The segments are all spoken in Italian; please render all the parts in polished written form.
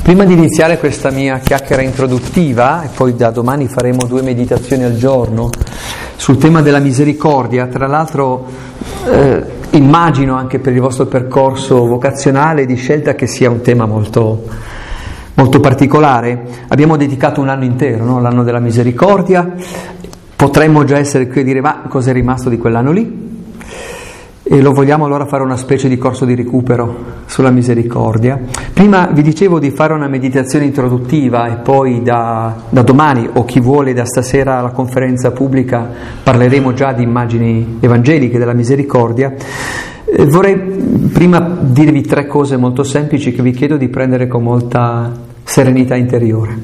Prima di iniziare questa mia chiacchiera introduttiva, e poi da domani faremo 2 meditazioni al giorno sul tema della misericordia, tra l'altro immagino anche per il vostro percorso vocazionale di scelta che sia un tema molto, molto particolare. Abbiamo dedicato un anno intero, no? L'anno della misericordia, potremmo già essere qui a dire ma cosa è rimasto di quell'anno lì? E lo vogliamo allora fare una specie di corso di recupero sulla misericordia. Prima vi dicevo di fare una meditazione introduttiva e poi da domani, o chi vuole da stasera alla conferenza pubblica, parleremo già di immagini evangeliche della misericordia. Vorrei prima dirvi 3 cose molto semplici che vi chiedo di prendere con molta serenità interiore.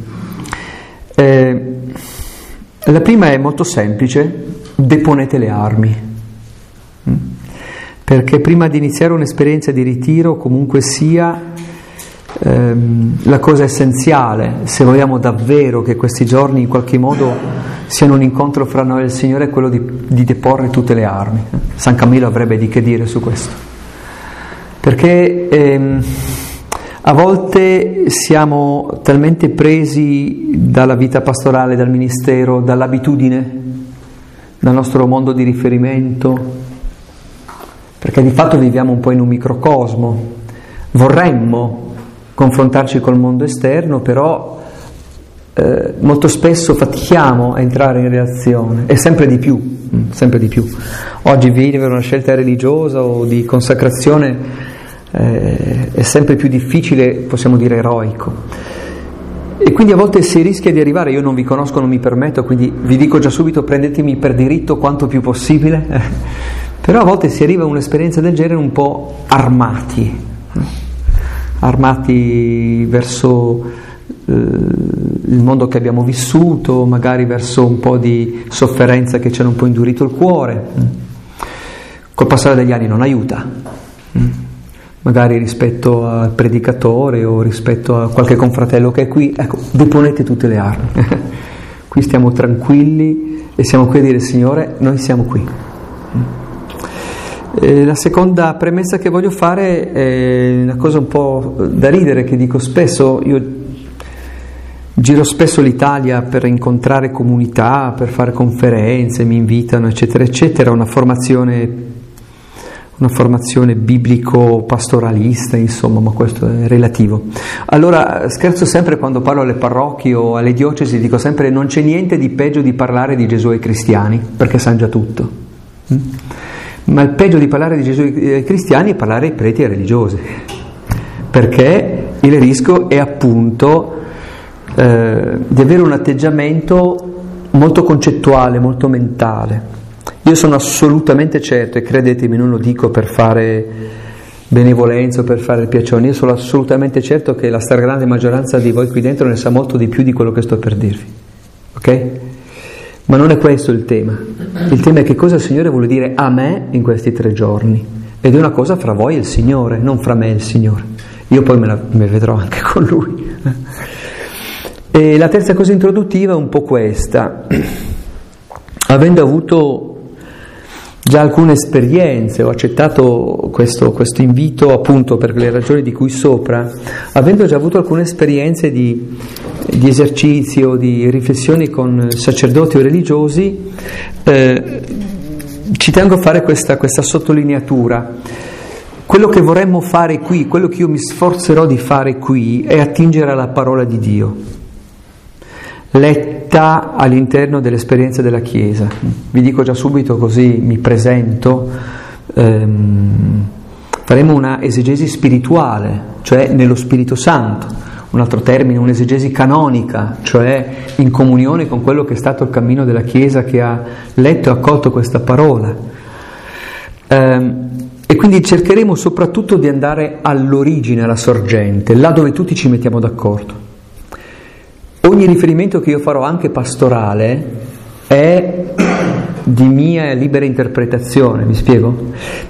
La prima è molto semplice: deponete le armi. Perché prima di iniziare un'esperienza di ritiro, comunque sia, la cosa essenziale, se vogliamo davvero che questi giorni in qualche modo siano un incontro fra noi e il Signore, è quello di deporre tutte le armi. San Camillo avrebbe di che dire su questo. Perché a volte siamo talmente presi dalla vita pastorale, dal ministero, dall'abitudine, dal nostro mondo di riferimento, perché di fatto viviamo un po' in un microcosmo, vorremmo confrontarci col mondo esterno, però molto spesso fatichiamo a entrare in reazione, e sempre di più. Oggi vivere una scelta religiosa o di consacrazione è sempre più difficile, possiamo dire eroico. E quindi a volte si rischia di arrivare, io non vi conosco, non mi permetto, quindi vi dico già subito, prendetemi per diritto quanto più possibile, però a volte si arriva a un'esperienza del genere un po' armati verso il mondo che abbiamo vissuto, magari verso un po' di sofferenza che ci hanno un po' indurito il cuore. Col passare degli anni non aiuta, magari rispetto al predicatore o rispetto a qualche confratello che è qui. Ecco, deponete tutte le armi. Qui stiamo tranquilli e siamo qui a dire: Signore, noi siamo qui. La seconda premessa che voglio fare è una cosa un po' da ridere, che dico spesso. Io giro spesso l'Italia per incontrare comunità, per fare conferenze, mi invitano eccetera eccetera, una formazione biblico-pastoralista, insomma, ma questo è relativo. Allora scherzo sempre quando parlo alle parrocchie o alle diocesi, dico sempre: non c'è niente di peggio di parlare di Gesù ai cristiani, perché sanno già tutto. Ma il peggio di parlare di Gesù ai cristiani è parlare ai preti e ai religiosi, perché il rischio è appunto di avere un atteggiamento molto concettuale, molto mentale. Io sono assolutamente certo, e credetemi, non lo dico per fare benevolenza o per fare il piacione, io sono assolutamente certo che la stragrande maggioranza di voi qui dentro ne sa molto di più di quello che sto per dirvi, ok? Ma non è questo il tema. Il tema è che cosa il Signore vuole dire a me in questi 3 giorni, ed è una cosa fra voi e il Signore, non fra me e il Signore. Io poi me vedrò anche con Lui. E la terza cosa introduttiva è un po' questa. Avendo avuto già alcune esperienze, ho accettato questo invito appunto per le ragioni di cui sopra, avendo già avuto alcune esperienze di esercizio, di riflessioni con sacerdoti o religiosi, ci tengo a fare questa sottolineatura. Quello che vorremmo fare qui, quello che io mi sforzerò di fare qui, è attingere alla parola di Dio, letta all'interno dell'esperienza della Chiesa. Vi dico già subito, così mi presento, faremo una esegesi spirituale, cioè nello Spirito Santo, un altro termine, un'esegesi canonica, cioè in comunione con quello che è stato il cammino della Chiesa che ha letto e accolto questa parola. E quindi cercheremo soprattutto di andare all'origine, alla sorgente, là dove tutti ci mettiamo d'accordo. Ogni riferimento che io farò, anche pastorale, è di mia libera interpretazione. Mi spiego?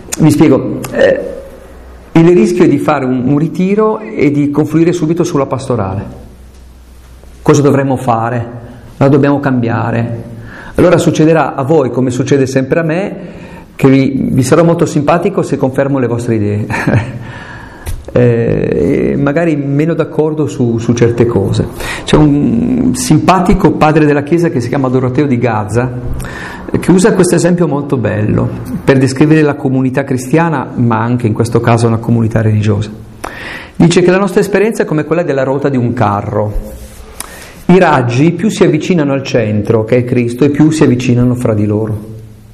Il rischio è di fare un ritiro e di confluire subito sulla pastorale. Cosa dovremmo fare? La dobbiamo cambiare. Allora succederà a voi, come succede sempre a me, che vi sarò molto simpatico se confermo le vostre idee. magari meno d'accordo su certe cose. C'è un simpatico padre della Chiesa che si chiama Doroteo di Gaza, che usa questo esempio molto bello per descrivere la comunità cristiana, ma anche in questo caso una comunità religiosa. Dice che la nostra esperienza è come quella della ruota di un carro. I raggi più si avvicinano al centro, che è Cristo, e più si avvicinano fra di loro.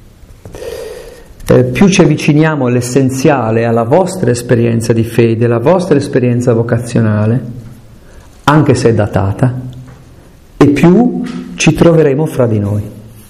Più ci avviciniamo all'essenziale, alla vostra esperienza di fede, alla vostra esperienza vocazionale, anche se è datata, e più ci troveremo fra di noi.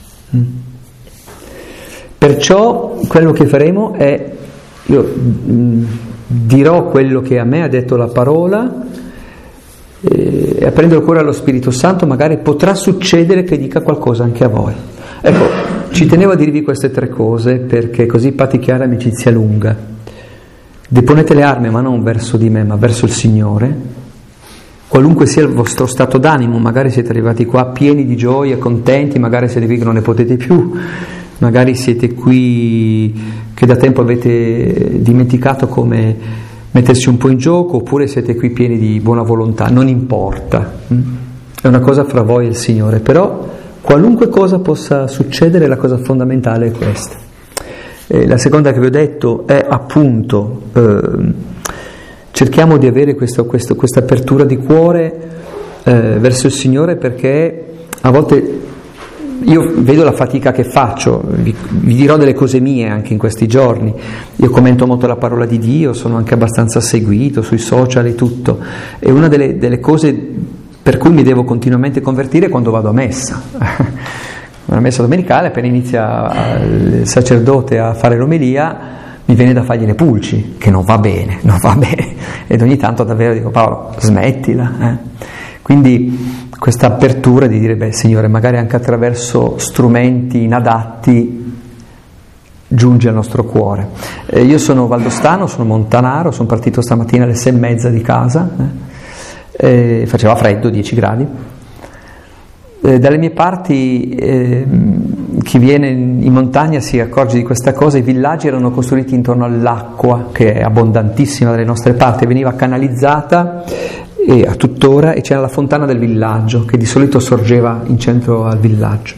Perciò quello che faremo è, io dirò quello che a me ha detto la parola, e aprendo il cuore allo Spirito Santo magari potrà succedere che dica qualcosa anche a voi. Ecco, ci tenevo a dirvi queste 3 cose perché così pratichiare amicizia lunga. Deponete le armi, ma non verso di me, ma verso il Signore. Qualunque sia il vostro stato d'animo, magari siete arrivati qua pieni di gioia, contenti, magari siete qui che non ne potete più, magari siete qui che da tempo avete dimenticato come mettersi un po' in gioco, oppure siete qui pieni di buona volontà, non importa. È una cosa fra voi e il Signore, però qualunque cosa possa succedere, la cosa fondamentale è questa. La seconda che vi ho detto è appunto cerchiamo di avere questa apertura di cuore verso il Signore, perché a volte io vedo la fatica che faccio, vi dirò delle cose mie anche in questi giorni. Io commento molto la parola di Dio, sono anche abbastanza seguito sui social e tutto, e una delle cose per cui mi devo continuamente convertire quando vado a messa. Una messa domenicale, appena inizia il sacerdote a fare l'omelia, mi viene da fargli le pulci, che non va bene, ed ogni tanto davvero dico: Paolo, smettila. Quindi questa apertura di dire: beh, Signore, magari anche attraverso strumenti inadatti giunge al nostro cuore. Io sono valdostano, sono montanaro, sono partito stamattina alle 6:30 di casa, faceva freddo, 10 gradi. Dalle mie parti chi viene in montagna si accorge di questa cosa. I villaggi erano costruiti intorno all'acqua, che è abbondantissima dalle nostre parti, veniva canalizzata e a tuttora, e c'era la fontana del villaggio che di solito sorgeva in centro al villaggio.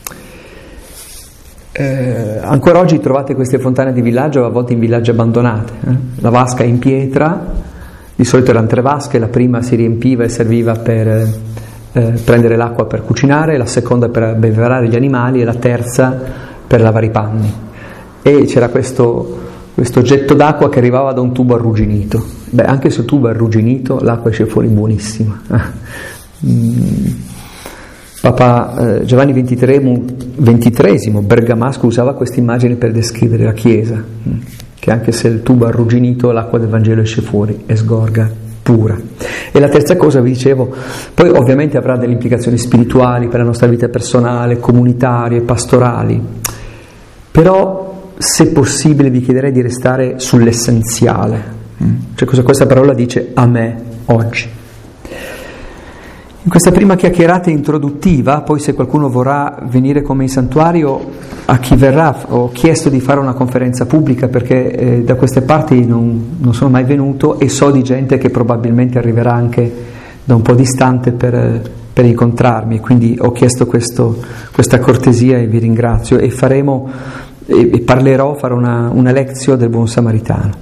Ancora oggi trovate queste fontane di villaggio, a volte in villaggi abbandonate. La vasca è in pietra, di solito erano 3 vasche, la prima si riempiva e serviva per prendere l'acqua per cucinare, la seconda per abbeverare gli animali e la terza per lavare i panni. E c'era questo getto d'acqua che arrivava da un tubo arrugginito. Beh, anche se il tubo è arrugginito, l'acqua esce fuori buonissima. Papa Giovanni XXIII bergamasco usava questa immagine per descrivere la Chiesa, che anche se il tubo è arrugginito, l'acqua del Vangelo esce fuori e sgorga pura. E la terza cosa, vi dicevo, poi ovviamente avrà delle implicazioni spirituali per la nostra vita personale, comunitarie, pastorali, però se possibile vi chiederei di restare sull'essenziale, cioè cosa questa parola dice a me oggi. In questa prima chiacchierata introduttiva, poi se qualcuno vorrà venire con me in santuario, a chi verrà ho chiesto di fare una conferenza pubblica, perché da queste parti non sono mai venuto e so di gente che probabilmente arriverà anche da un po' distante per incontrarmi, quindi ho chiesto questa cortesia e vi ringrazio, e farò una lezione del buon samaritano.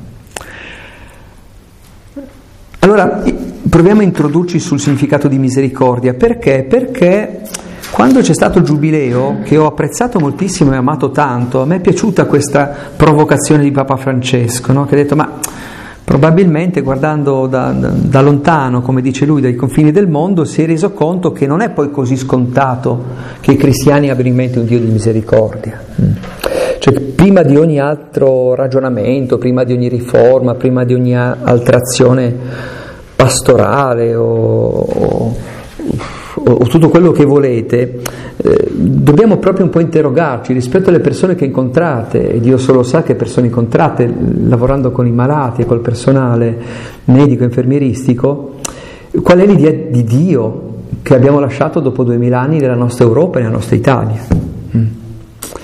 Allora, proviamo a introdurci sul significato di misericordia. Perché? Perché quando c'è stato il giubileo, che ho apprezzato moltissimo e amato tanto, a me è piaciuta questa provocazione di Papa Francesco, no? Che ha detto: ma probabilmente guardando da lontano, come dice lui, dai confini del mondo, si è reso conto che non è poi così scontato che i cristiani abbiano in mente un Dio di misericordia. Cioè, prima di ogni altro ragionamento, prima di ogni riforma, prima di ogni altra azione pastorale o tutto quello che volete, dobbiamo proprio un po' interrogarci rispetto alle persone che incontrate, e Dio solo sa che persone incontrate lavorando con i malati e col personale medico e infermieristico. Qual è l'idea di Dio che abbiamo lasciato dopo 2000 anni nella nostra Europa e nella nostra Italia?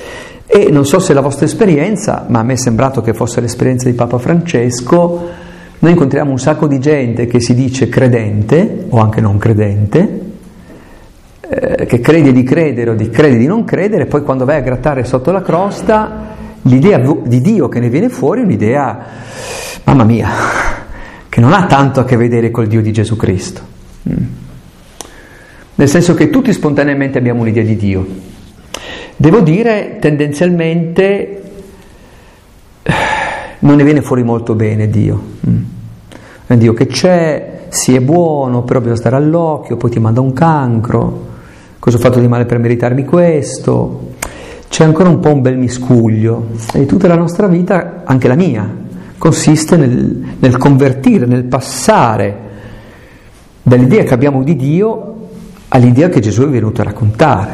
E non so se la vostra esperienza, ma a me è sembrato che fosse l'esperienza di Papa Francesco, Noi incontriamo un sacco di gente che si dice credente, o anche non credente, che crede di credere o crede di non credere, e poi quando vai a grattare sotto la crosta, l'idea di Dio che ne viene fuori è un'idea, mamma mia, che non ha tanto a che vedere col Dio di Gesù Cristo. Nel senso che tutti spontaneamente abbiamo un'idea di Dio. Devo dire, tendenzialmente non ne viene fuori molto bene Dio. È un Dio che c'è, sì è buono, però bisogna stare all'occhio, poi ti manda un cancro, cosa ho fatto di male per meritarmi questo? C'è ancora un po' un bel miscuglio, e tutta la nostra vita, anche la mia, consiste nel convertire, nel passare dall'idea che abbiamo di Dio all'idea che Gesù è venuto a raccontare.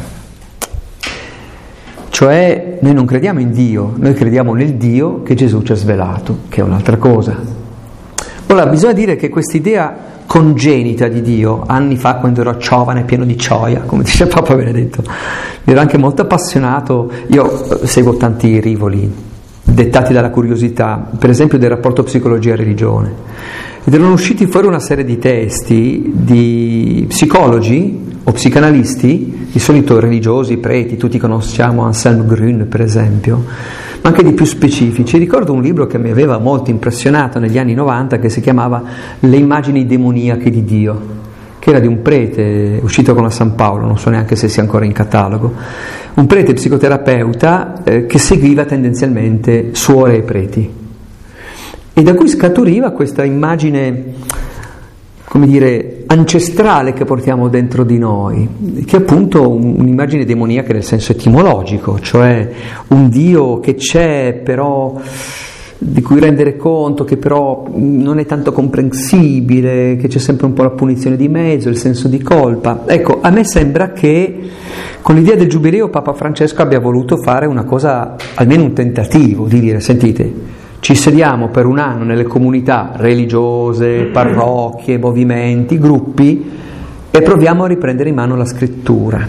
Cioè, noi non crediamo in Dio, noi crediamo nel Dio che Gesù ci ha svelato, che è un'altra cosa. Allora, bisogna dire che quest'idea congenita di Dio, anni fa quando ero giovane, pieno di gioia, come dice Papa Benedetto, ero anche molto appassionato, io seguo tanti rivoli dettati dalla curiosità, per esempio del rapporto psicologia-religione, ed erano usciti fuori una serie di testi di psicologi o psicanalisti, di solito religiosi, preti, tutti conosciamo Anselm Grün per esempio, ma anche di più specifici. Ricordo un libro che mi aveva molto impressionato negli anni 90 che si chiamava Le immagini demoniache di Dio, che era di un prete uscito con la San Paolo, non so neanche se sia ancora in catalogo, un prete psicoterapeuta che seguiva tendenzialmente suore e preti, e da cui scaturiva questa immagine, come dire, ancestrale che portiamo dentro di noi, che è appunto un'immagine demoniaca nel senso etimologico, cioè un Dio che c'è però di cui rendere conto, che però non è tanto comprensibile, che c'è sempre un po' la punizione di mezzo, il senso di colpa. Ecco, a me sembra che con l'idea del Giubileo Papa Francesco abbia voluto fare una cosa, almeno un tentativo, di dire, sentite, ci sediamo per un anno nelle comunità religiose, parrocchie, movimenti, gruppi, e proviamo a riprendere in mano la scrittura,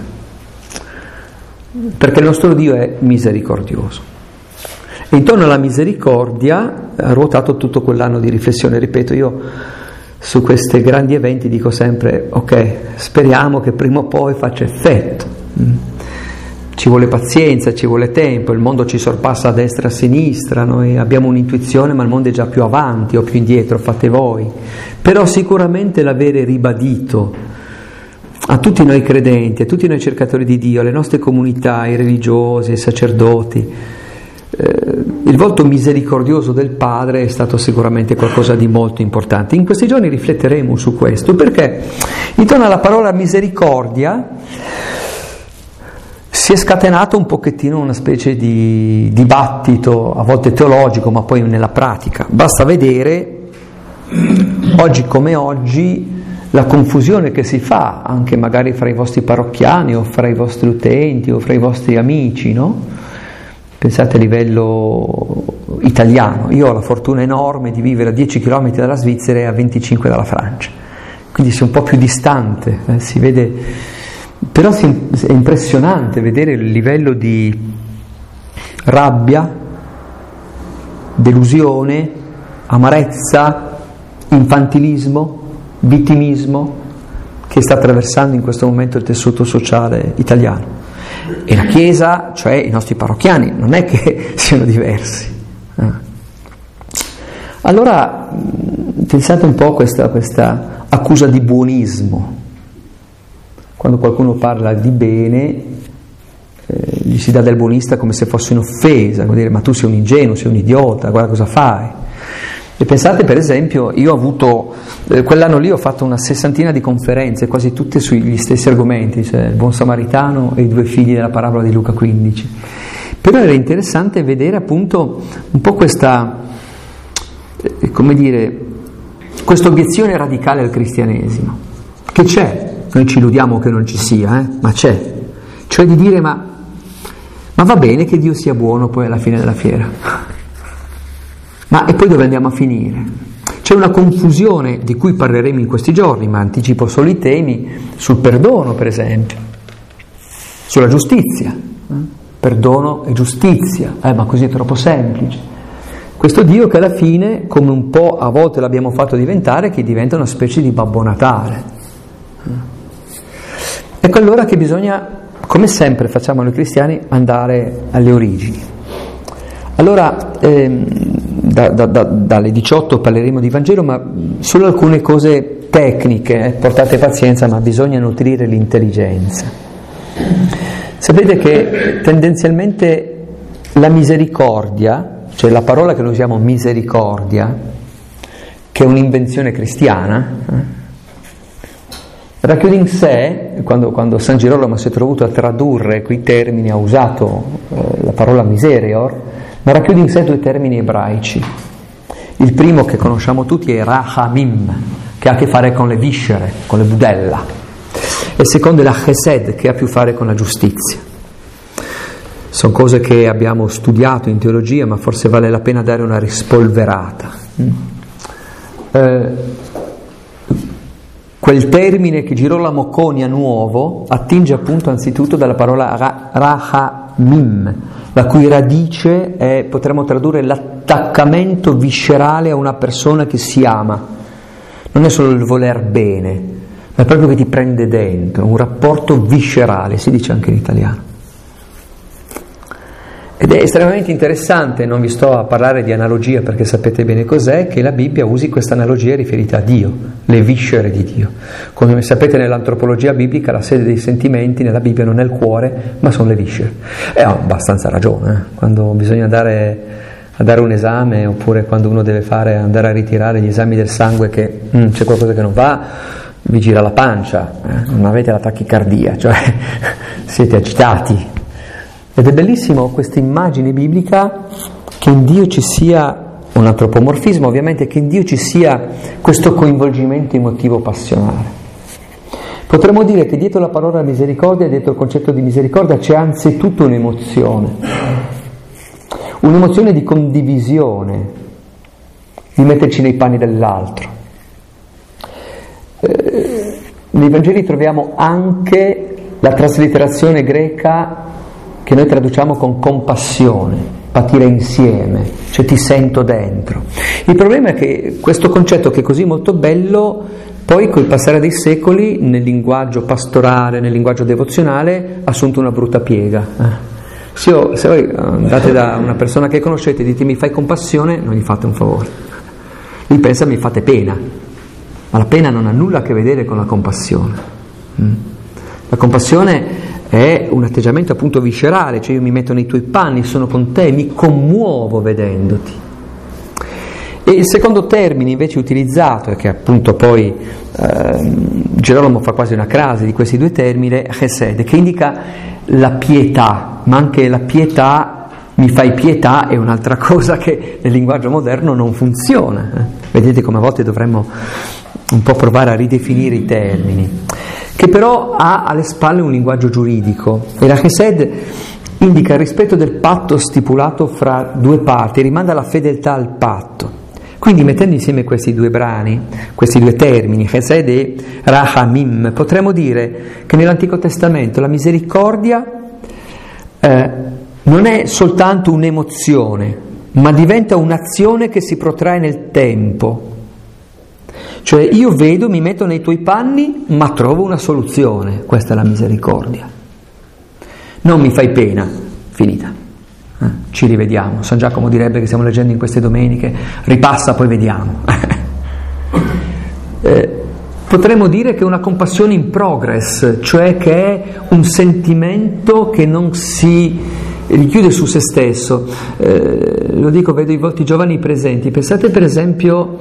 perché il nostro Dio è misericordioso. E intorno alla misericordia ha ruotato tutto quell'anno di riflessione. Ripeto, io su questi grandi eventi dico sempre, ok, speriamo che prima o poi faccia effetto. Ci vuole pazienza, ci vuole tempo, il mondo ci sorpassa a destra e a sinistra, noi abbiamo un'intuizione ma il mondo è già più avanti o più indietro, fate voi. Però sicuramente l'avere ribadito a tutti noi credenti, a tutti noi cercatori di Dio, alle nostre comunità, ai religiosi, ai sacerdoti, il volto misericordioso del Padre è stato sicuramente qualcosa di molto importante. In questi giorni rifletteremo su questo, perché intorno alla parola misericordia si è scatenato un pochettino una specie di dibattito, a volte teologico, ma poi nella pratica. Basta vedere, oggi come oggi, la confusione che si fa, anche magari fra i vostri parrocchiani, o fra i vostri utenti, o fra i vostri amici, no? Pensate a livello italiano. Io ho la fortuna enorme di vivere a 10 km dalla Svizzera e a 25 dalla Francia, quindi sei un po' più distante, si vede. Però è impressionante vedere il livello di rabbia, delusione, amarezza, infantilismo, vittimismo che sta attraversando in questo momento il tessuto sociale italiano. E la Chiesa, cioè i nostri parrocchiani, non è che siano diversi. Allora pensate un po' a questa accusa di buonismo. Quando qualcuno parla di bene, gli si dà del buonista come se fosse un'offesa, come dire, ma tu sei un ingenuo, sei un idiota, guarda cosa fai. E pensate, per esempio, io ho avuto, quell'anno lì ho fatto una 60ina di conferenze, quasi tutte sugli stessi argomenti, cioè il buon samaritano e i 2 figli della parabola di Luca 15. Però era interessante vedere appunto un po' questa, come dire, questa obiezione radicale al cristianesimo, che c'è. Noi ci illudiamo che non ci sia, ma c'è. Cioè di dire, ma va bene che Dio sia buono poi alla fine della fiera. Ma e poi dove andiamo a finire? C'è una confusione di cui parleremo in questi giorni, ma anticipo solo i temi, sul perdono per esempio, sulla giustizia. Perdono e giustizia, ma così è troppo semplice. Questo Dio che alla fine, come un po' a volte l'abbiamo fatto diventare, che diventa una specie di Babbo Natale. Ecco allora che bisogna, come sempre facciamo noi cristiani, andare alle origini. Allora, dalle 18 parleremo di Vangelo, ma solo alcune cose tecniche, portate pazienza, ma bisogna nutrire l'intelligenza. Sapete che tendenzialmente la misericordia, cioè la parola che noi usiamo misericordia, che è un'invenzione cristiana, racchiude in sé, quando San Girolamo si è trovato a tradurre quei termini, ha usato la parola miserior, ma racchiude in sé due termini ebraici. Il primo che conosciamo tutti è rahamim, che ha a che fare con le viscere, con le budella, e il secondo è la chesed, che ha a che fare con la giustizia. Sono cose che abbiamo studiato in teologia, ma forse vale la pena dare una rispolverata. Quel termine che Girolamo conia nuovo attinge appunto anzitutto dalla parola rahamim, la cui radice è, potremmo tradurre, l'attaccamento viscerale a una persona che si ama. Non è solo il voler bene, ma è proprio che ti prende dentro, un rapporto viscerale, si dice anche in italiano. Ed è estremamente interessante, non vi sto a parlare di analogia perché sapete bene cos'è, che la Bibbia usi questa analogia riferita a Dio, le viscere di Dio. Come sapete, nell'antropologia biblica la sede dei sentimenti nella Bibbia non è il cuore, ma sono le viscere. E ha abbastanza ragione, quando bisogna andare a dare un esame, oppure quando uno deve andare a ritirare gli esami del sangue che c'è qualcosa che non va, vi gira la pancia, non avete la tachicardia, cioè siete agitati. Ed è bellissimo questa immagine biblica che in Dio ci sia un antropomorfismo, ovviamente, che in Dio ci sia questo coinvolgimento emotivo passionale. Potremmo dire che dietro la parola misericordia, dietro il concetto di misericordia, c'è anzitutto un'emozione di condivisione, di metterci nei panni dell'altro. Nei Vangeli troviamo anche la traslitterazione greca che noi traduciamo con compassione, patire insieme, cioè ti sento dentro. Il problema è che questo concetto, che è così molto bello, poi col passare dei secoli nel linguaggio pastorale, nel linguaggio devozionale, ha assunto una brutta piega. Se voi andate da una persona che conoscete e dite mi fai compassione, non gli fate un favore. Lui pensa mi fate pena, ma la pena non ha nulla a che vedere con la compassione. La compassione è un atteggiamento appunto viscerale, cioè io mi metto nei tuoi panni, sono con te, mi commuovo vedendoti. E il secondo termine invece utilizzato, e che appunto poi Girolamo fa quasi una crasi di questi due termini, è chesed, che indica la pietà, ma anche la pietà, mi fai pietà, è un'altra cosa che nel linguaggio moderno non funziona. Vedete come a volte dovremmo un po' provare a ridefinire i termini, che però ha alle spalle un linguaggio giuridico, e la chesed indica il rispetto del patto stipulato fra due parti, rimanda alla fedeltà al patto. Quindi mettendo insieme questi due brani, questi due termini, chesed e rahamim, potremmo dire che nell'Antico Testamento la misericordia non è soltanto un'emozione, ma diventa un'azione che si protrae nel tempo. Cioè io vedo, mi metto nei tuoi panni, ma trovo una soluzione. Questa è la misericordia. Non mi fai pena, finita. Ci rivediamo. San Giacomo direbbe, che stiamo leggendo in queste domeniche, ripassa poi vediamo. Potremmo dire che è una compassione in progress, cioè che è un sentimento che non si richiude su se stesso. Lo dico, vedo i volti giovani presenti. Pensate per esempio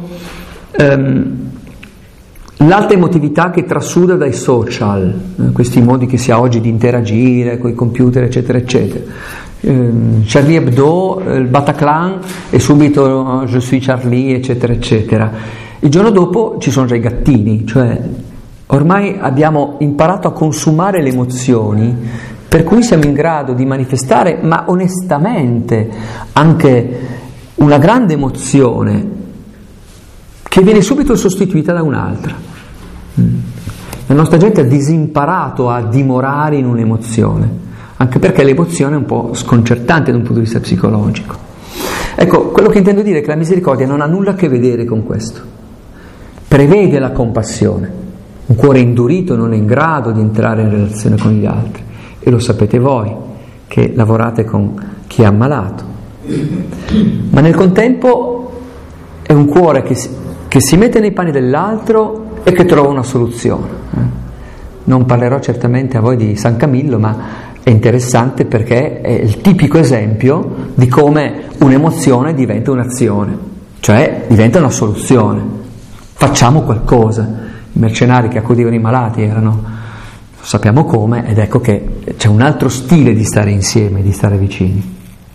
l'alta emotività che trasuda dai social, questi modi che si ha oggi di interagire con i computer, eccetera, eccetera. Charlie Hebdo, il Bataclan, e subito Je suis Charlie, eccetera, eccetera. Il giorno dopo ci sono già i gattini, cioè ormai abbiamo imparato a consumare le emozioni, per cui siamo in grado di manifestare, ma onestamente, anche una grande emozione che viene subito sostituita da un'altra. La nostra gente ha disimparato a dimorare in un'emozione, anche perché l'emozione è un po' sconcertante da un punto di vista psicologico. Ecco, quello che intendo dire è che la misericordia non ha nulla a che vedere con questo. Prevede la compassione. Un cuore indurito non è in grado di entrare in relazione con gli altri, e lo sapete voi che lavorate con chi è ammalato. Ma nel contempo è un cuore che si mette nei panni dell'altro e che trova una soluzione. Non parlerò certamente a voi di San Camillo, ma è interessante perché è il tipico esempio di come un'emozione diventa un'azione, cioè diventa una soluzione. Facciamo qualcosa. I mercenari che accudivano i malati erano, sappiamo come, ed ecco che c'è un altro stile di stare insieme, di stare vicini.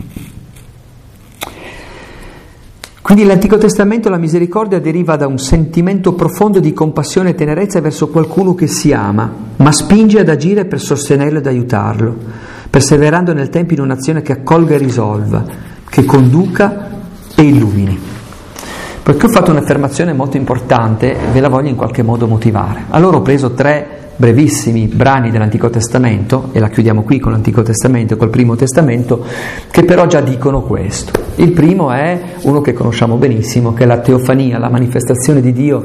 Quindi nell'Antico Testamento la misericordia deriva da un sentimento profondo di compassione e tenerezza verso qualcuno che si ama, ma spinge ad agire per sostenerlo ed aiutarlo, perseverando nel tempo in un'azione che accolga e risolva, che conduca e illumini. Perché ho fatto un'affermazione molto importante, ve la voglio in qualche modo motivare. Allora ho preso 3 brevissimi brani dell'Antico Testamento, e la chiudiamo qui con l'Antico Testamento e col Primo Testamento, che però già dicono questo. Il primo è uno che conosciamo benissimo, che è la teofania, la manifestazione di Dio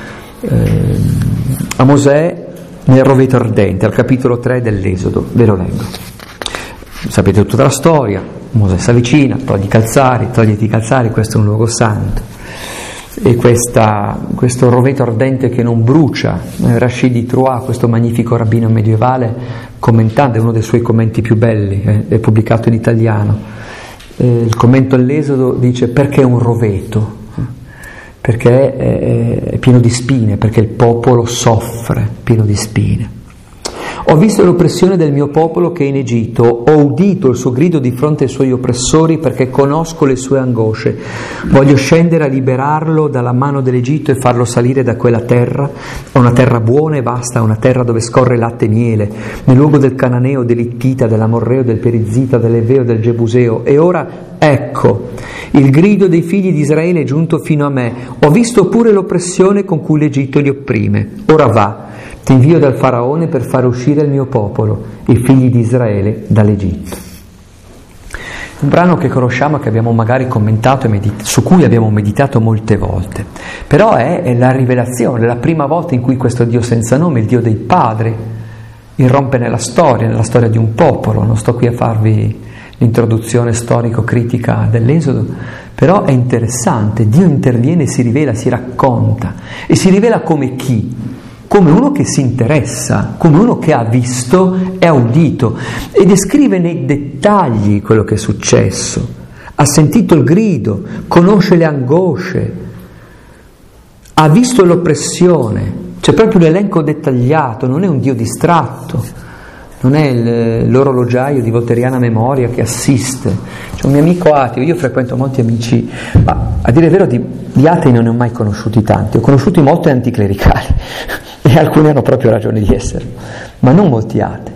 a Mosè nel roveto ardente, al capitolo 3 dell'Esodo. Ve lo leggo. Sapete tutta la storia, Mosè si avvicina, togliti i calzari, questo è un luogo santo. E questo roveto ardente che non brucia, Rachid di Troyes, questo magnifico rabbino medievale, commentando, è uno dei suoi commenti più belli, è pubblicato in italiano, il commento all'Esodo dice: perché è un roveto? Perché è pieno di spine, perché il popolo soffre, pieno di spine. Ho visto l'oppressione del mio popolo che è in Egitto, ho udito il suo grido di fronte ai suoi oppressori perché conosco le sue angosce. Voglio scendere a liberarlo dalla mano dell'Egitto e farlo salire da quella terra, a una terra buona e vasta, una terra dove scorre latte e miele, nel luogo del Cananeo, dell'Ittita, dell'Amorreo, del Perizzita, dell'Eveo, del Gebuseo. E ora, ecco, il grido dei figli di Israele è giunto fino a me. Ho visto pure l'oppressione con cui l'Egitto li opprime. Ora va. Ti invio dal Faraone per fare uscire il mio popolo, i figli di Israele, dall'Egitto. Un brano che conosciamo, che abbiamo magari commentato e su cui abbiamo meditato molte volte, però è la rivelazione, la prima volta in cui questo Dio senza nome, il Dio dei padri, irrompe nella storia di un popolo. Non sto qui a farvi l'introduzione storico-critica dell'Esodo, però è interessante, Dio interviene, si rivela, si racconta, e si rivela come chi? Come uno che si interessa, come uno che ha visto e ha udito, e descrive nei dettagli quello che è successo. Ha sentito il grido, conosce le angosce, ha visto l'oppressione. C'è proprio un elenco dettagliato, non è un Dio distratto, non è l'orologiaio di volteriana memoria che assiste. C'è un mio amico ateo, io frequento molti amici, ma a dire il vero di atei non ne ho mai conosciuti tanti, ho conosciuti molti anticlericali e alcuni hanno proprio ragione di essere, ma non molti atei.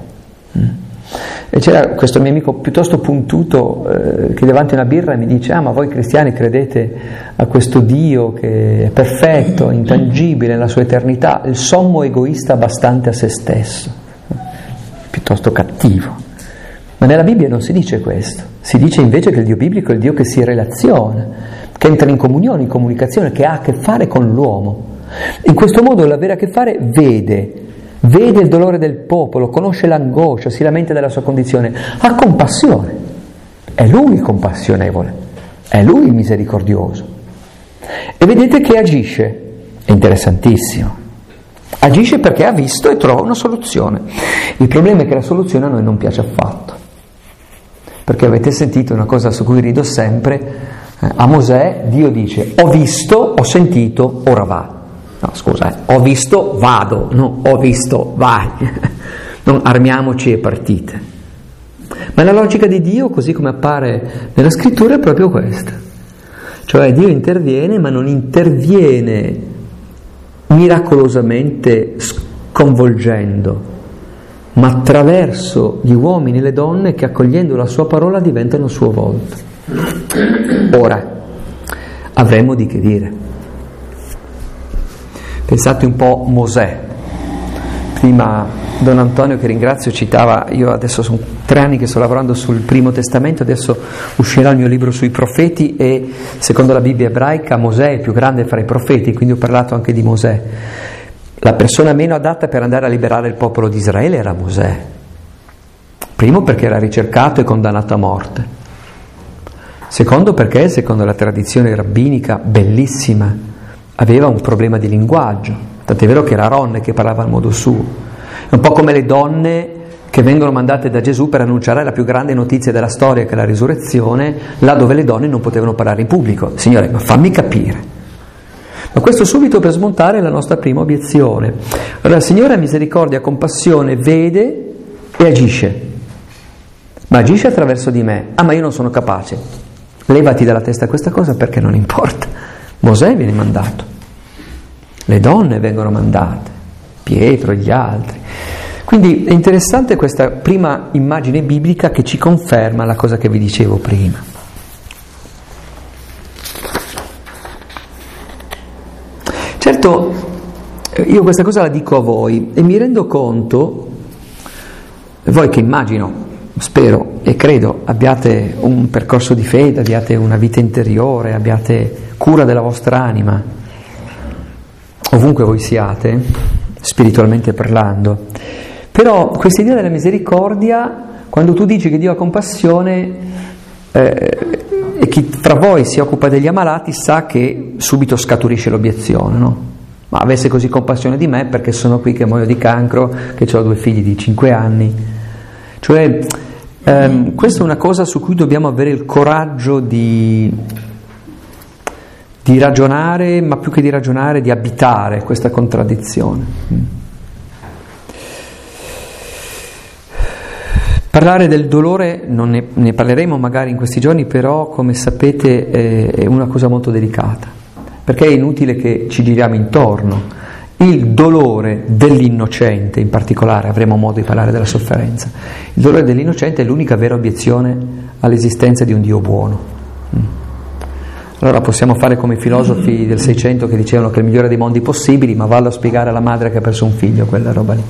E c'era questo mio amico piuttosto puntuto che davanti a una birra mi dice: ma voi cristiani credete a questo Dio che è perfetto, intangibile nella sua eternità, il sommo egoista bastante a se stesso, piuttosto cattivo. Ma nella Bibbia non si dice questo, si dice invece che il Dio biblico è il Dio che si relaziona, che entra in comunione, in comunicazione, che ha a che fare con l'uomo. In questo modo l'avere a che fare vede il dolore del popolo, conosce l'angoscia, si lamenta della sua condizione, ha compassione, è Lui il compassionevole, è Lui il misericordioso. E vedete che agisce, è interessantissimo, agisce perché ha visto e trova una soluzione. Il problema è che la soluzione a noi non piace affatto, perché avete sentito una cosa su cui rido sempre, a Mosè Dio dice: ho visto, ho sentito, ora va. No, scusa, ho visto, vado, no, ho visto, vai. Non armiamoci e partite. Ma la logica di Dio, così come appare nella scrittura, è proprio questa. Cioè Dio interviene, ma non interviene miracolosamente sconvolgendo, ma attraverso gli uomini e le donne che, accogliendo la sua parola, diventano suo volto. Ora, avremo di che dire. Pensate un po' Mosè, prima Don Antonio, che ringrazio, citava, io adesso sono 3 anni che sto lavorando sul Primo Testamento, adesso uscirà il mio libro sui profeti e secondo la Bibbia ebraica Mosè è il più grande fra i profeti, quindi ho parlato anche di Mosè. La persona meno adatta per andare a liberare il popolo di Israele era Mosè. Primo perché era ricercato e condannato a morte. Secondo perché, secondo la tradizione rabbinica bellissima, aveva un problema di linguaggio, tant'è vero che era Aaron che parlava al modo suo. È un po' come le donne che vengono mandate da Gesù per annunciare la più grande notizia della storia, che è la risurrezione, là dove le donne non potevano parlare in pubblico. Signore, ma fammi capire. Ma questo subito per smontare la nostra prima obiezione. Allora, il Signore ha misericordia, compassione, vede e agisce. Ma agisce attraverso di me. Ah, ma io non sono capace. Levati dalla testa questa cosa perché non importa. Mosè viene mandato. Le donne vengono mandate. Pietro e gli altri. Quindi è interessante questa prima immagine biblica che ci conferma la cosa che vi dicevo prima. Certo, io questa cosa la dico a voi e mi rendo conto, voi che immagino, spero e credo abbiate un percorso di fede, abbiate una vita interiore, abbiate cura della vostra anima, ovunque voi siate, spiritualmente parlando. Però questa idea della misericordia, quando tu dici che Dio ha compassione e chi fra voi si occupa degli ammalati sa che subito scaturisce l'obiezione, no? Ma avesse così compassione di me perché sono qui che muoio di cancro, che ho 2 figli di 5 anni. Cioè questa è una cosa su cui dobbiamo avere il coraggio di ragionare, ma più che di ragionare, di abitare questa contraddizione. Parlare del dolore, non ne parleremo magari in questi giorni, però come sapete è una cosa molto delicata, perché è inutile che ci giriamo intorno. Il dolore dell'innocente, in particolare, avremo modo di parlare della sofferenza, il dolore dell'innocente è l'unica vera obiezione all'esistenza di un Dio buono. Allora possiamo fare come i filosofi del 600 che dicevano che è il migliore dei mondi possibili, ma vallo a spiegare alla madre che ha perso un figlio, quella roba lì.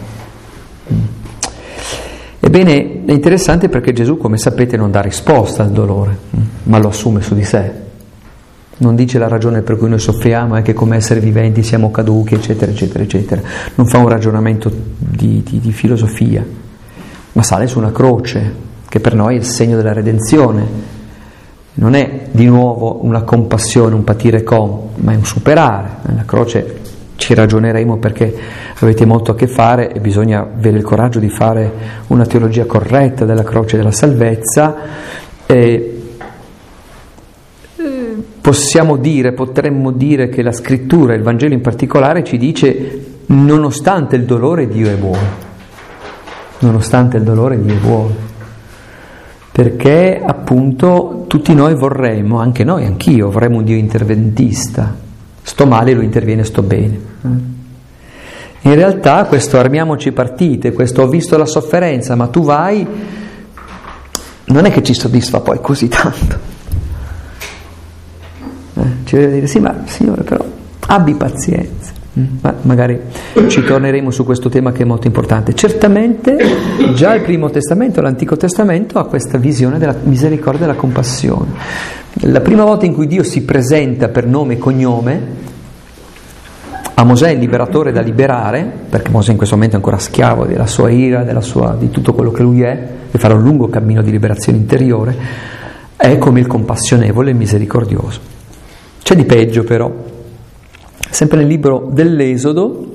Ebbene, è interessante perché Gesù, come sapete, non dà risposta al dolore, ma lo assume su di sé. Non dice la ragione per cui noi soffriamo è che come esseri viventi siamo caduchi, eccetera, eccetera, eccetera. Non fa un ragionamento di filosofia, ma sale su una croce, che per noi è il segno della redenzione. Non è di nuovo una compassione, un patire con, ma è un superare. Nella croce ci ragioneremo perché avete molto a che fare e bisogna avere il coraggio di fare una teologia corretta della croce della salvezza. Potremmo dire che la scrittura, il Vangelo in particolare, ci dice nonostante il dolore Dio è buono. Nonostante il dolore Dio è buono. Perché appunto tutti noi vorremmo, anche noi, anch'io, vorremmo un Dio interventista. Sto male, lui interviene, sto bene. In realtà questo armiamoci partite, questo ho visto la sofferenza, ma tu vai, non è che ci soddisfa poi così tanto. Ci deve dire, sì, ma Signore, però abbi pazienza. Ma magari ci torneremo su questo tema che è molto importante. Certamente già il Primo Testamento, l'Antico Testamento, ha questa visione della misericordia e della compassione. La prima volta in cui Dio si presenta per nome e cognome a Mosè, il liberatore da liberare, perché Mosè in questo momento è ancora schiavo della sua ira, di tutto quello che lui è, e farà un lungo cammino di liberazione interiore, è come il compassionevole e il misericordioso. C'è di peggio però. Sempre nel libro dell'Esodo,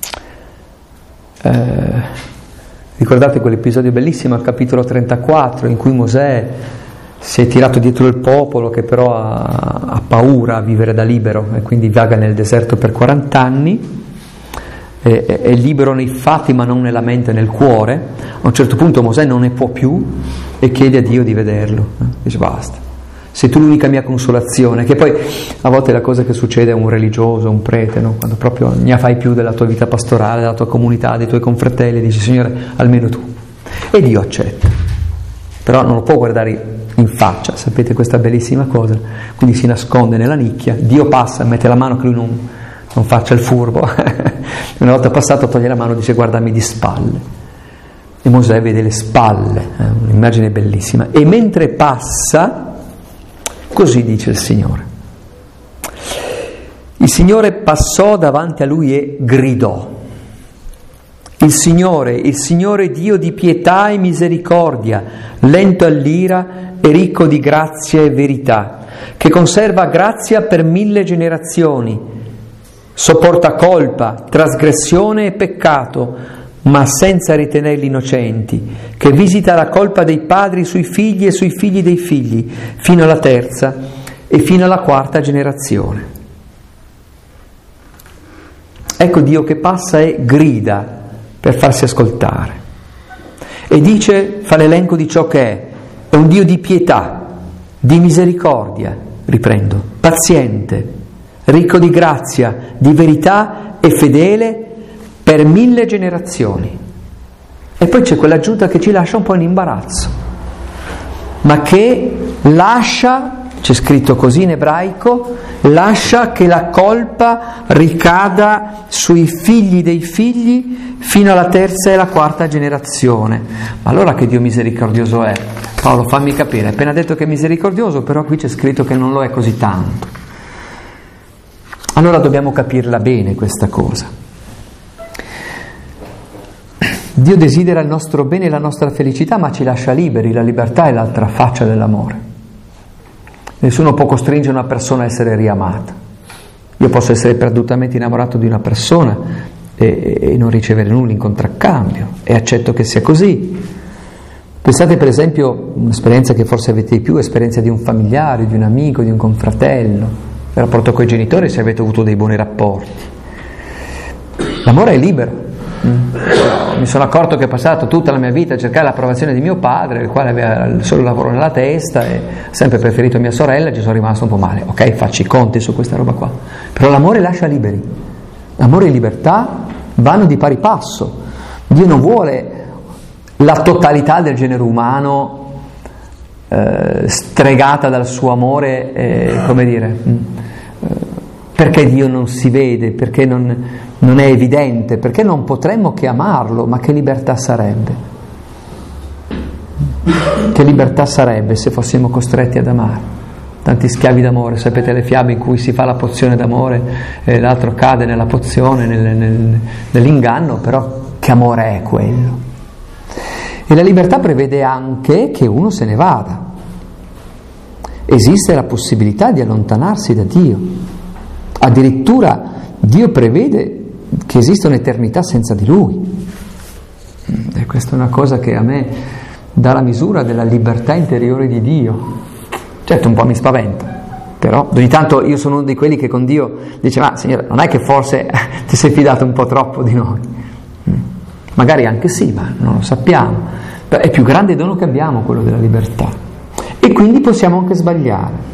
ricordate quell'episodio bellissimo al capitolo 34 in cui Mosè si è tirato dietro il popolo che però ha paura a vivere da libero e quindi vaga nel deserto per 40 anni, è libero nei fatti ma non nella mente e nel cuore. A un certo punto Mosè non ne può più e chiede a Dio di vederlo, dice basta. Sei tu l'unica mia consolazione, che poi a volte è la cosa che succede a un religioso, a un prete, no? Quando proprio ne fai più della tua vita pastorale, della tua comunità, dei tuoi confratelli, dici Signore, almeno tu. E Dio accetta, però non lo può guardare in faccia, sapete questa bellissima cosa? Quindi si nasconde nella nicchia, Dio passa, mette la mano che lui non faccia il furbo. Una volta passato toglie la mano e dice guardami di spalle. e Mosè vede le spalle, un'immagine bellissima. E mentre passa, così dice il Signore. Il Signore passò davanti a lui e gridò. Il Signore Dio di pietà e misericordia, lento all'ira e ricco di grazia e verità, che conserva grazia per 1000 generazioni, sopporta colpa, trasgressione e peccato, ma senza ritenerli innocenti, che visita la colpa dei padri sui figli e sui figli dei figli, fino alla 3ª e fino alla 4ª generazione. Ecco Dio che passa e grida per farsi ascoltare. E dice, fa l'elenco di ciò che è un Dio di pietà, di misericordia, riprendo, paziente, ricco di grazia, di verità e fedele per 1000 generazioni. E poi c'è quell'aggiunta che ci lascia un po' in imbarazzo, ma che lascia, c'è scritto così in ebraico, lascia che la colpa ricada sui figli dei figli fino alla 3ª e la 4ª generazione. Ma allora che Dio misericordioso è? Paolo, fammi capire, hai appena detto che è misericordioso, però qui c'è scritto che non lo è così tanto. Allora dobbiamo capirla bene questa cosa. Dio desidera il nostro bene e la nostra felicità, ma ci lascia liberi. La libertà è l'altra faccia dell'amore. Nessuno può costringere una persona a essere riamata. Io posso essere perdutamente innamorato di una persona e non ricevere nulla in contraccambio, e accetto che sia così. Pensate per esempio, un'esperienza che forse avete di più, esperienza di un familiare, di un amico, di un confratello, il rapporto con i genitori, se avete avuto dei buoni rapporti. L'amore è libero. Mi sono accorto che ho passato tutta la mia vita a cercare l'approvazione di mio padre, il quale aveva il solo lavoro nella testa e ha sempre preferito mia sorella, ci sono rimasto un po' male. Ok, faccio i conti su questa roba qua. Però l'amore lascia liberi. L'amore e libertà vanno di pari passo. Dio non vuole la totalità del genere umano stregata dal suo amore, come dire, perché Dio non si vede, perché non è evidente, perché non potremmo che amarlo, ma che libertà sarebbe? Che libertà sarebbe se fossimo costretti ad amare? Tanti schiavi d'amore, sapete le fiabe in cui si fa la pozione d'amore e l'altro cade nella pozione, nell'inganno, però che amore è quello? E la libertà prevede anche che uno se ne vada. Esiste la possibilità di allontanarsi da Dio. Addirittura Dio prevede che esista un'eternità senza di Lui. E questa è una cosa che a me dà la misura della libertà interiore di Dio. Certo, un po' mi spaventa, però ogni tanto io sono uno di quelli che con Dio dice: ma Signore, non è che forse ti sei fidato un po' troppo di noi? Magari anche sì, ma non lo sappiamo. Però è il più grande dono che abbiamo, quello della libertà. E quindi possiamo anche sbagliare.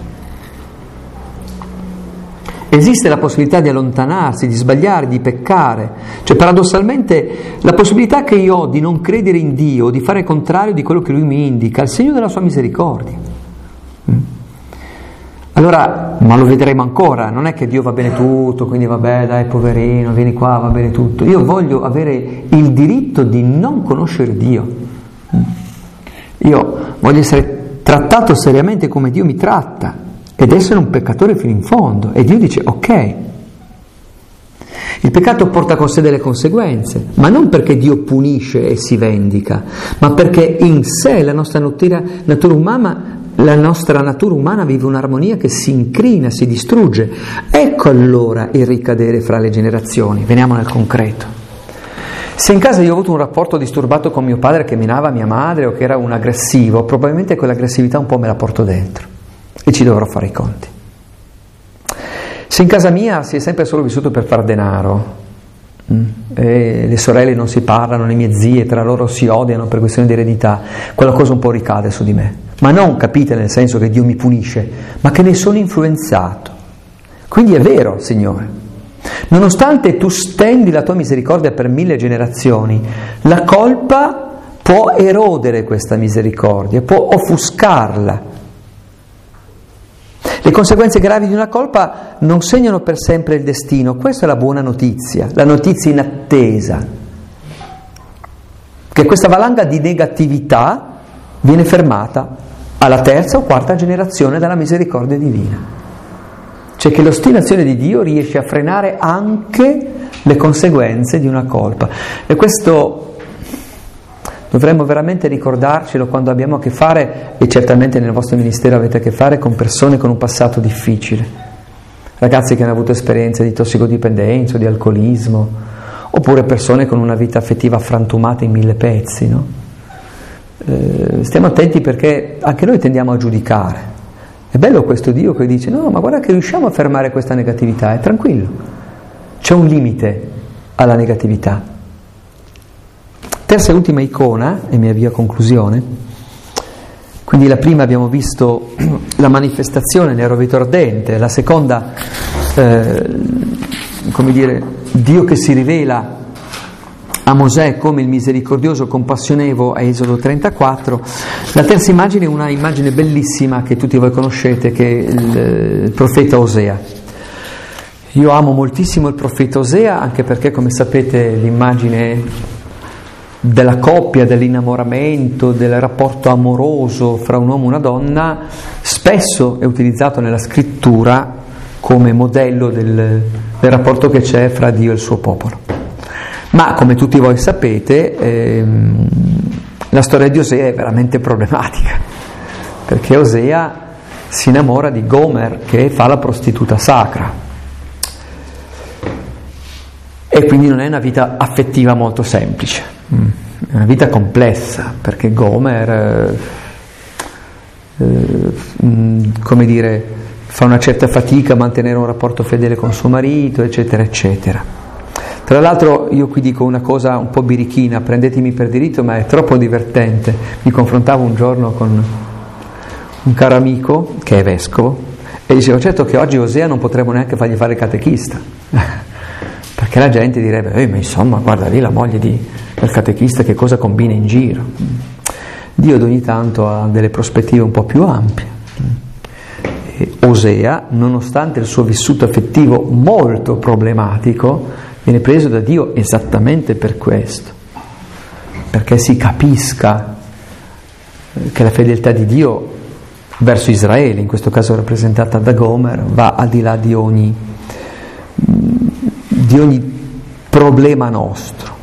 Esiste la possibilità di allontanarsi, di sbagliare, di peccare. Cioè, paradossalmente, la possibilità che io ho di non credere in Dio, di fare il contrario di quello che Lui mi indica, è il segno della sua misericordia. Allora, ma lo vedremo ancora, non è che Dio va bene tutto, quindi vabbè, dai poverino, vieni qua, va bene tutto. Io voglio avere il diritto di non conoscere Dio. Io voglio essere trattato seriamente come Dio mi tratta ed essere un peccatore fino in fondo. E Dio dice: ok. Il peccato porta con sé delle conseguenze, ma non perché Dio punisce e si vendica, ma perché in sé la nostra natura umana vive un'armonia che si incrina, si distrugge. Ecco allora il ricadere fra le generazioni. Veniamo nel concreto. Se in casa io ho avuto un rapporto disturbato con mio padre che minava mia madre o che era un aggressivo, probabilmente quell'aggressività un po' me la porto dentro e ci dovrò fare i conti. Se in casa mia si è sempre solo vissuto per far denaro, e le sorelle non si parlano, le mie zie tra loro si odiano per questione di eredità, quella cosa un po' ricade su di me. Ma non, capite, nel senso che Dio mi punisce, ma che ne sono influenzato. Quindi è vero, Signore, nonostante tu stendi la tua misericordia per 1000 generazioni, la colpa può erodere questa misericordia, può offuscarla. Le conseguenze gravi di una colpa non segnano per sempre il destino. Questa è la buona notizia, la notizia in attesa. che questa valanga di negatività viene fermata alla terza o quarta generazione dalla misericordia divina. Cioè che l'ostinazione di Dio riesce a frenare anche le conseguenze di una colpa. E questo dovremmo veramente ricordarcelo quando abbiamo a che fare, e certamente nel vostro ministero avete a che fare con persone con un passato difficile, ragazzi che hanno avuto esperienze di tossicodipendenza o di alcolismo, oppure persone con una vita affettiva frantumata in 1000 pezzi, no? Stiamo attenti perché anche noi tendiamo a giudicare. È bello questo Dio che dice: no, ma guarda che riusciamo a fermare questa negatività, è tranquillo, c'è un limite alla negatività. Terza e ultima icona, e mi avvio a conclusione. Quindi la prima abbiamo visto la manifestazione nel rovito ardente, la seconda Dio che si rivela a Mosè come il misericordioso compassionevo a Esodo 34. La terza immagine è una immagine bellissima che tutti voi conoscete, che è il profeta Osea. Io amo moltissimo il profeta Osea, anche perché, come sapete, l'immagine della coppia, dell'innamoramento, del rapporto amoroso fra un uomo e una donna spesso è utilizzato nella scrittura come modello del rapporto che c'è fra Dio e il suo popolo. Ma come tutti voi sapete, la storia di Osea è veramente problematica, perché Osea si innamora di Gomer, che fa la prostituta sacra, e quindi non è una vita affettiva molto semplice, è una vita complessa, perché Gomer fa una certa fatica a mantenere un rapporto fedele con suo marito, eccetera eccetera. Tra l'altro io qui dico una cosa un po' birichina, prendetemi per diritto, ma è troppo divertente. Mi confrontavo un giorno con un caro amico che è vescovo e dicevo: certo che oggi Osea non potremmo neanche fargli fare il catechista, perché la gente direbbe: ma insomma, guarda lì la moglie del catechista che cosa combina in giro. Dio ogni tanto ha delle prospettive un po' più ampie. E Osea, nonostante il suo vissuto affettivo molto problematico, viene preso da Dio esattamente per questo, perché si capisca che la fedeltà di Dio verso Israele, in questo caso rappresentata da Gomer, va al di là di ogni problema nostro.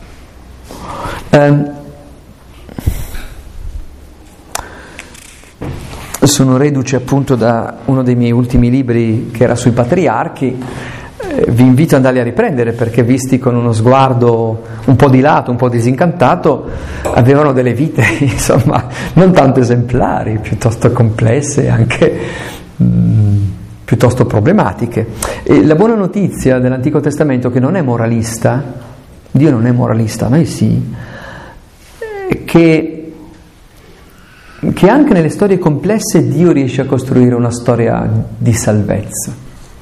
Sono reduce appunto da uno dei miei ultimi libri che era sui patriarchi. Vi invito ad andarli a riprendere, perché visti con uno sguardo un po' dilato, un po' disincantato, avevano delle vite insomma non tanto esemplari, piuttosto complesse e anche piuttosto problematiche. E la buona notizia dell'Antico Testamento, che non è moralista, Dio non è moralista, noi sì, è che anche nelle storie complesse Dio riesce a costruire una storia di salvezza.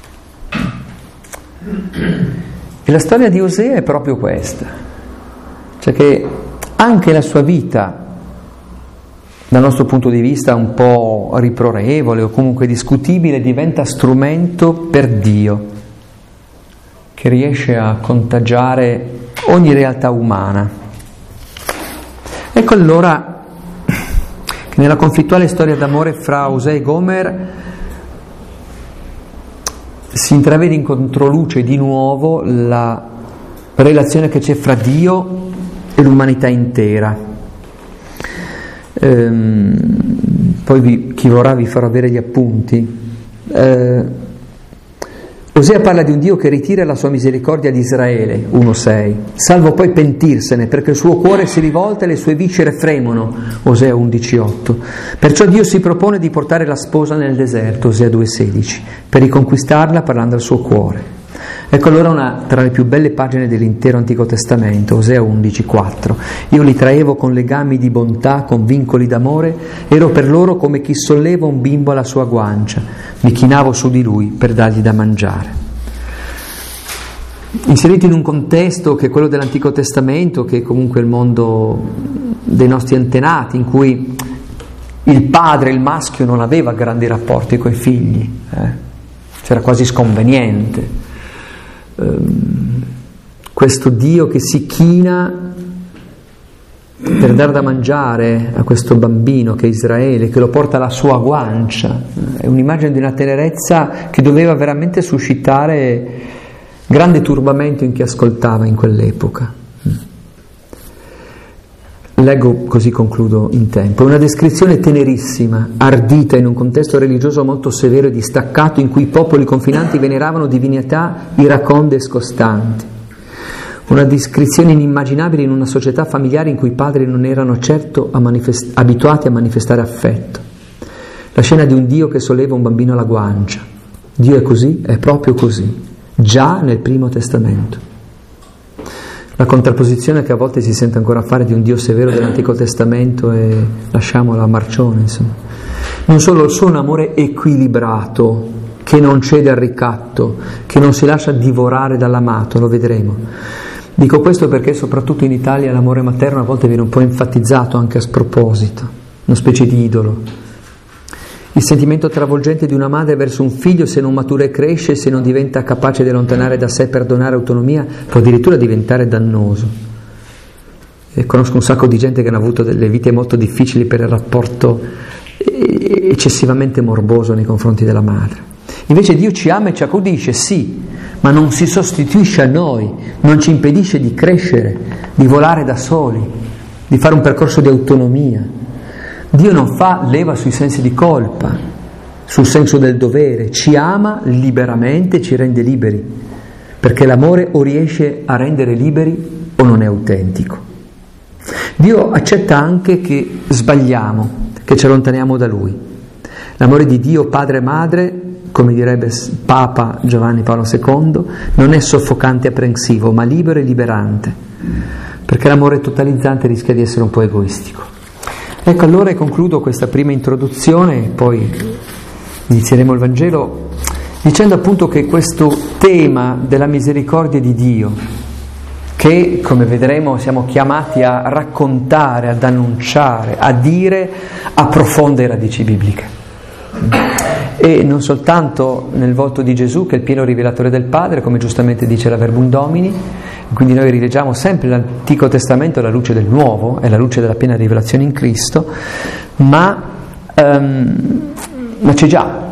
E la storia di Osea è proprio questa, cioè che anche la sua vita, dal nostro punto di vista un po' riprorevole o comunque discutibile, diventa strumento per Dio, che riesce a contagiare ogni realtà umana. Ecco allora che nella conflittuale storia d'amore fra Osea e Gomer si intravede in controluce di nuovo la relazione che c'è fra Dio e l'umanità intera. Poi chi vorrà vi farò avere gli appunti. Osea parla di un Dio che ritira la sua misericordia ad Israele, 1,6, salvo poi pentirsene, perché il suo cuore si rivolta e le sue viscere fremono, Osea 11,8. Perciò Dio si propone di portare la sposa nel deserto, Osea 2,16, per riconquistarla parlando al suo cuore. Ecco allora una tra le più belle pagine dell'intero Antico Testamento, Osea 11,4. Io li traevo con legami di bontà, con vincoli d'amore, ero per loro come chi solleva un bimbo alla sua guancia, mi chinavo su di lui per dargli da mangiare. Inseriti in un contesto che è quello dell'Antico Testamento, che è comunque il mondo dei nostri antenati, in cui il padre, il maschio, non aveva grandi rapporti coi figli, c'era quasi sconveniente. Questo Dio che si china per dar da mangiare a questo bambino che è Israele, che lo porta alla sua guancia. È un'immagine di una tenerezza che doveva veramente suscitare grande turbamento in chi ascoltava in quell'epoca. Leggo, così concludo in tempo. È una descrizione tenerissima, ardita in un contesto religioso molto severo e distaccato, in cui i popoli confinanti veneravano divinità iraconde e scostanti. Una descrizione inimmaginabile in una società familiare in cui i padri non erano certo abituati a manifestare affetto. La scena di un Dio che solleva un bambino alla guancia. Dio è così, è proprio così, già nel Primo Testamento. La contrapposizione che a volte si sente ancora fare di un Dio severo dell'Antico Testamento e lasciamola a marcione, insomma. Non solo il suo un amore equilibrato, che non cede al ricatto, che non si lascia divorare dall'amato, lo vedremo. Dico questo perché soprattutto in Italia l'amore materno a volte viene un po' enfatizzato anche a sproposito, una specie di idolo. Il sentimento travolgente di una madre verso un figlio, se non matura e cresce, se non diventa capace di allontanare da sé per donare autonomia, può addirittura diventare dannoso. E conosco un sacco di gente che hanno avuto delle vite molto difficili per il rapporto eccessivamente morboso nei confronti della madre. Invece Dio ci ama e ci accudisce, sì, ma non si sostituisce a noi, non ci impedisce di crescere, di volare da soli, di fare un percorso di autonomia. Dio non fa leva sui sensi di colpa, sul senso del dovere, ci ama liberamente, ci rende liberi, perché l'amore o riesce a rendere liberi o non è autentico. Dio accetta anche che sbagliamo, che ci allontaniamo da Lui. L'amore di Dio, padre e madre, come direbbe Papa Giovanni Paolo II, non è soffocante e apprensivo, ma libero e liberante, perché l'amore totalizzante rischia di essere un po' egoistico. Ecco, allora concludo questa prima introduzione, poi inizieremo il Vangelo, dicendo appunto che questo tema della misericordia di Dio, che come vedremo siamo chiamati a raccontare, ad annunciare, a dire, ha profonde radici bibliche. E non soltanto nel volto di Gesù, che è il pieno rivelatore del Padre, come giustamente dice la Verbum Domini. Quindi noi rileggiamo sempre l'Antico Testamento alla luce del Nuovo, è la luce della piena rivelazione in Cristo, ma c'è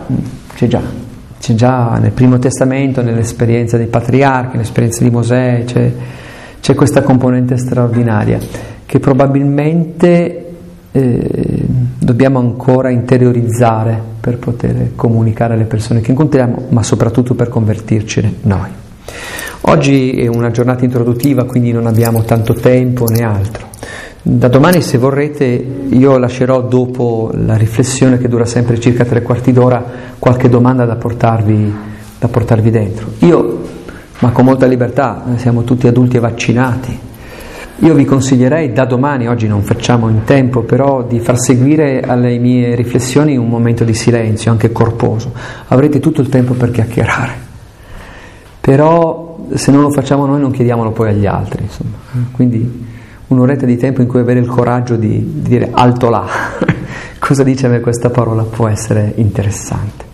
già nel Primo Testamento, nell'esperienza dei patriarchi, nell'esperienza di Mosè, c'è questa componente straordinaria che probabilmente dobbiamo ancora interiorizzare per poter comunicare alle persone che incontriamo, ma soprattutto per convertircene noi. Oggi è una giornata introduttiva, quindi non abbiamo tanto tempo né altro. Da domani, se vorrete, io lascerò dopo la riflessione, che dura sempre circa 3/4 d'ora, qualche domanda da portarvi dentro. Io, ma con molta libertà, siamo tutti adulti e vaccinati, io vi consiglierei da domani, oggi non facciamo in tempo, però di far seguire alle mie riflessioni un momento di silenzio, anche corposo. Avrete tutto il tempo per chiacchierare. Però se non lo facciamo noi non chiediamolo poi agli altri, insomma. Quindi un'oretta di tempo in cui avere il coraggio di dire alto là, cosa dice a me questa parola, può essere interessante.